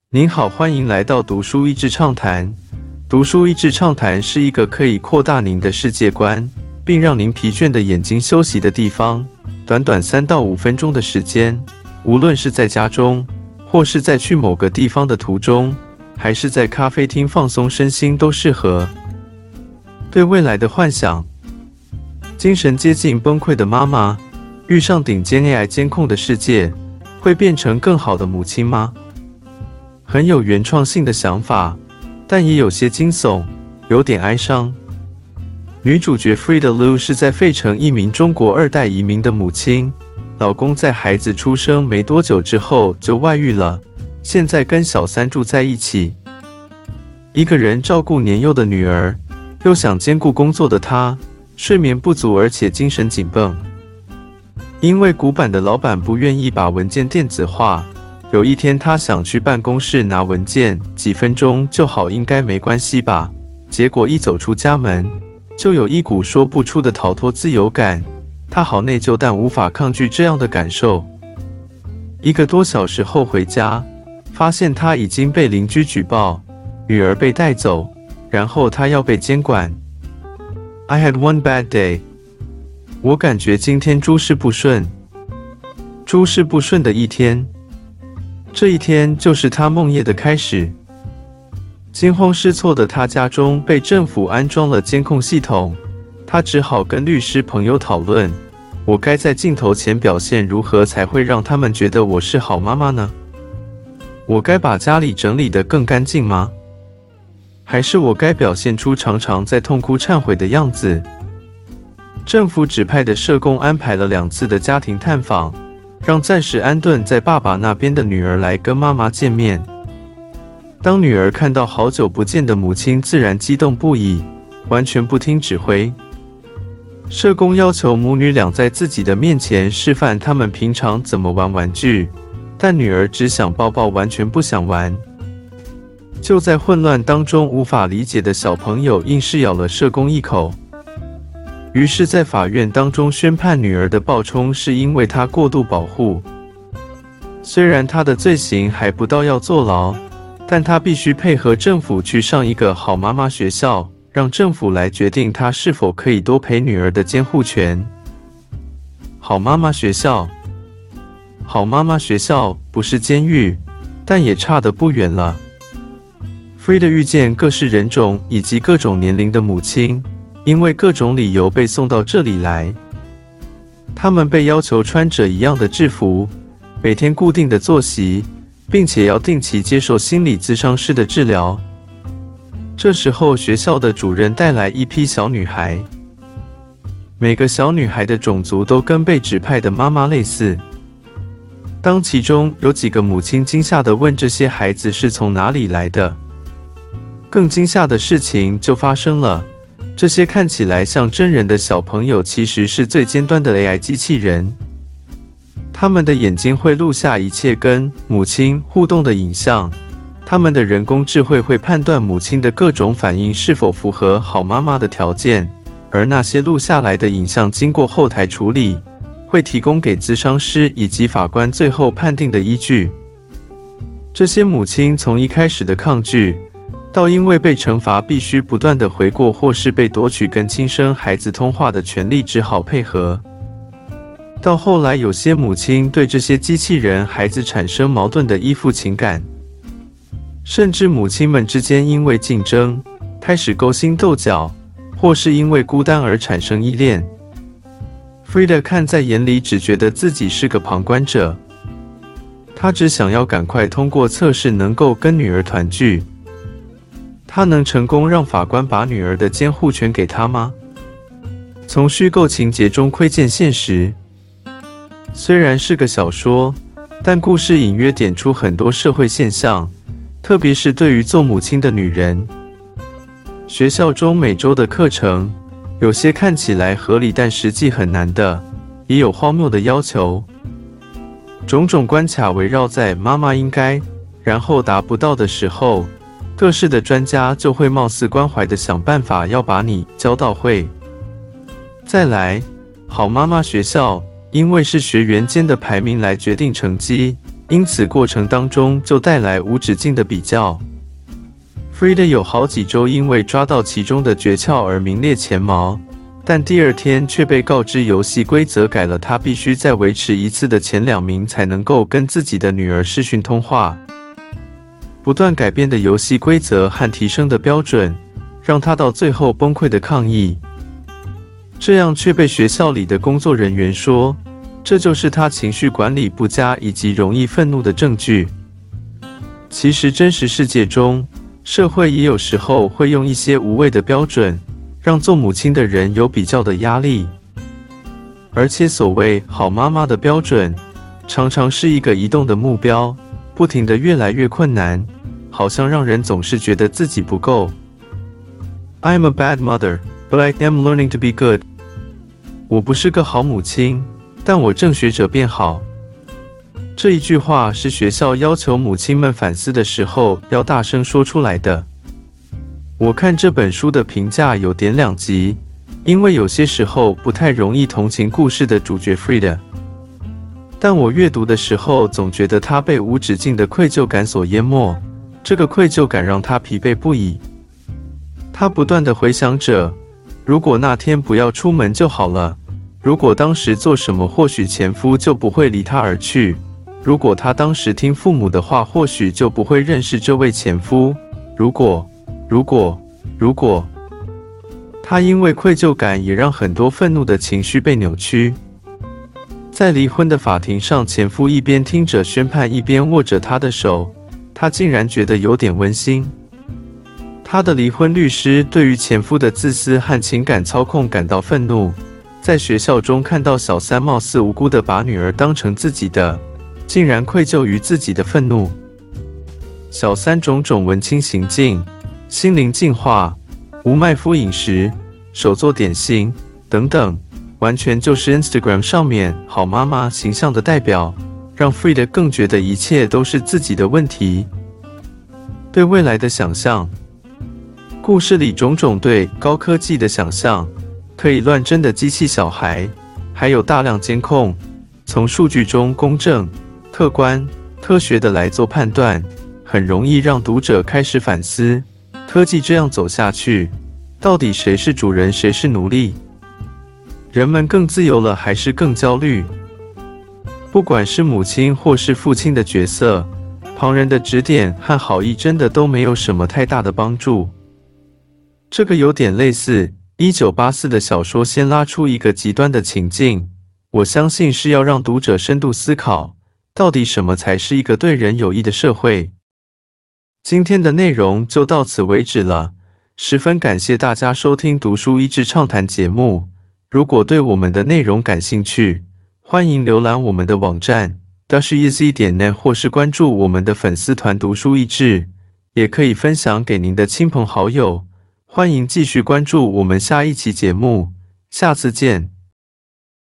您好，欢迎来到读书益智畅谈。读书益智畅谈是一个可以扩大您的世界观，并让您疲倦的眼睛休息的地方。短短3到5分钟的时间，无论是在家中，或是在去某个地方的途中，还是在咖啡厅放松身心都适合。对未来的幻想：精神接近崩溃的妈妈，遇上顶尖 AI 监控的世界，会变成更好的母亲吗？很有原创性的想法，但也有些惊悚，有点哀伤。女主角 Frida Liu 是在费城一名中国2代移民的母亲，老公在孩子出生没多久之后就外遇了，现在跟小三住在一起。一个人照顾年幼的女儿，又想兼顾工作的她，睡眠不足而且精神紧绷。因为古板的老板不愿意把文件电子化，有一天他想去办公室拿文件，几分钟就好，应该没关系吧。结果一走出家门，就有一股说不出的逃脱自由感，他好内疚，但无法抗拒这样的感受。1个多小时后回家，发现他已经被邻居举报，女儿被带走，然后他要被监管。I had one bad day。 我感觉今天诸事不顺。诸事不顺的一天，这一天就是他梦夜的开始。惊慌失措的他家中被政府安装了监控系统，他只好跟律师朋友讨论，我该在镜头前表现如何才会让他们觉得我是好妈妈呢？我该把家里整理得更干净吗？还是我该表现出常常在痛哭忏悔的样子？政府指派的社工安排了2次的家庭探访，让暂时安顿在爸爸那边的女儿来跟妈妈见面。当女儿看到好久不见的母亲，自然激动不已，完全不听指挥。社工要求母女俩在自己的面前示范他们平常怎么玩玩具，但女儿只想抱抱，完全不想玩。就在混乱当中，无法理解的小朋友硬是咬了社工一口。于是在法院当中宣判女儿的暴冲是因为她过度保护。虽然她的罪行还不到要坐牢，但她必须配合政府去上一个好妈妈学校，让政府来决定她是否可以多陪女儿的监护权。好妈妈学校，好妈妈学校不是监狱，但也差得不远了。Frida 遇见各式人种以及各种年龄的母亲，因为各种理由被送到这里来。他们被要求穿着一样的制服，每天固定的作息，并且要定期接受心理咨商师的治疗。这时候学校的主任带来一批小女孩，每个小女孩的种族都跟被指派的妈妈类似。当其中有几个母亲惊吓地问这些孩子是从哪里来的，更惊吓的事情就发生了。这些看起来像真人的小朋友，其实是最尖端的 AI 机器人。他们的眼睛会录下一切跟母亲互动的影像，他们的人工智慧会判断母亲的各种反应是否符合好妈妈的条件，而那些录下来的影像经过后台处理，会提供给咨商师以及法官最后判定的依据。这些母亲从一开始的抗拒，到因为被惩罚必须不断地回过，或是被夺取跟亲生孩子通话的权利，只好配合。到后来，有些母亲对这些机器人孩子产生矛盾的依附情感，甚至母亲们之间因为竞争开始勾心斗角，或是因为孤单而产生依恋。Frida 看在眼里，只觉得自己是个旁观者。她只想要赶快通过测试，能够跟女儿团聚。他能成功让法官把女儿的监护权给他吗？从虚构情节中窥见现实。虽然是个小说，但故事隐约点出很多社会现象，特别是对于做母亲的女人。学校中每周的课程，有些看起来合理但实际很难的，也有荒谬的要求。种种关卡围绕在妈妈应该，然后达不到的时候，各式的专家就会貌似关怀地想办法要把你教到会。再来，好妈妈学校因为是学员间的排名来决定成绩， 因此过程当中就带来无止境的比较。Frida 有好几周因为抓到其中的诀窍而名列前茅，但第二天却被告知游戏规则改了，她必须在维持一次的前2名才能够跟自己的女儿视讯通话。不断改变的游戏规则和提升的标准，让她到最后崩溃的抗议。这样却被学校里的工作人员说，这就是她情绪管理不佳以及容易愤怒的证据。其实真实世界中，社会也有时候会用一些无谓的标准，让做母亲的人有比较的压力。而且所谓好妈妈的标准，常常是一个移动的目标，不停地越来越困难，好像让人总是觉得自己不够。I am a bad mother, but I am learning to be good. 我不是个好母亲，但我正学着变好。这一句话是学校要求母亲们反思的时候要大声说出来的。我看这本书的评价有点两极，因为有些时候不太容易同情故事的主角 Frida， 但我阅读的时候总觉得她被无止境的愧疚感所淹没，这个愧疚感让她疲惫不已。她不断地回想着，如果那天不要出门就好了，如果当时做什么，或许前夫就不会离她而去，如果她当时听父母的话，或许就不会认识这位前夫。如果她因为愧疚感也让很多愤怒的情绪被扭曲。在离婚的法庭上，前夫一边听着宣判，一边握着她的手，她竟然觉得有点温馨。她的离婚律师对于前夫的自私和情感操控感到愤怒，在学校中看到小三貌似无辜地把女儿当成自己的，竟然愧疚于自己的愤怒。小三种种文青行径、心灵净化、无麦麸饮食、手做点心等等，完全就是 Instagram 上面好妈妈形象的代表，让 Frida 更觉得一切都是自己的问题。对未来的想象，故事里种种对高科技的想象，可以乱真的机器小孩，还有大量监控，从数据中公正、客观、科学的来做判断，很容易让读者开始反思，科技这样走下去，到底谁是主人，谁是奴隶？人们更自由了，还是更焦虑？不管是母亲或是父亲的角色，旁人的指点和好意真的都没有什么太大的帮助。这个有点类似1984的小说，先拉出一个极端的情境，我相信是要让读者深度思考，到底什么才是一个对人有益的社会。今天的内容就到此为止了，十分感谢大家收听读书益智畅谈节目。如果对我们的内容感兴趣，欢迎浏览我们的网站 dashiz.net 或是关注我们的粉丝团读书益智，也可以分享给您的亲朋好友。欢迎继续关注我们下一期节目，下次见。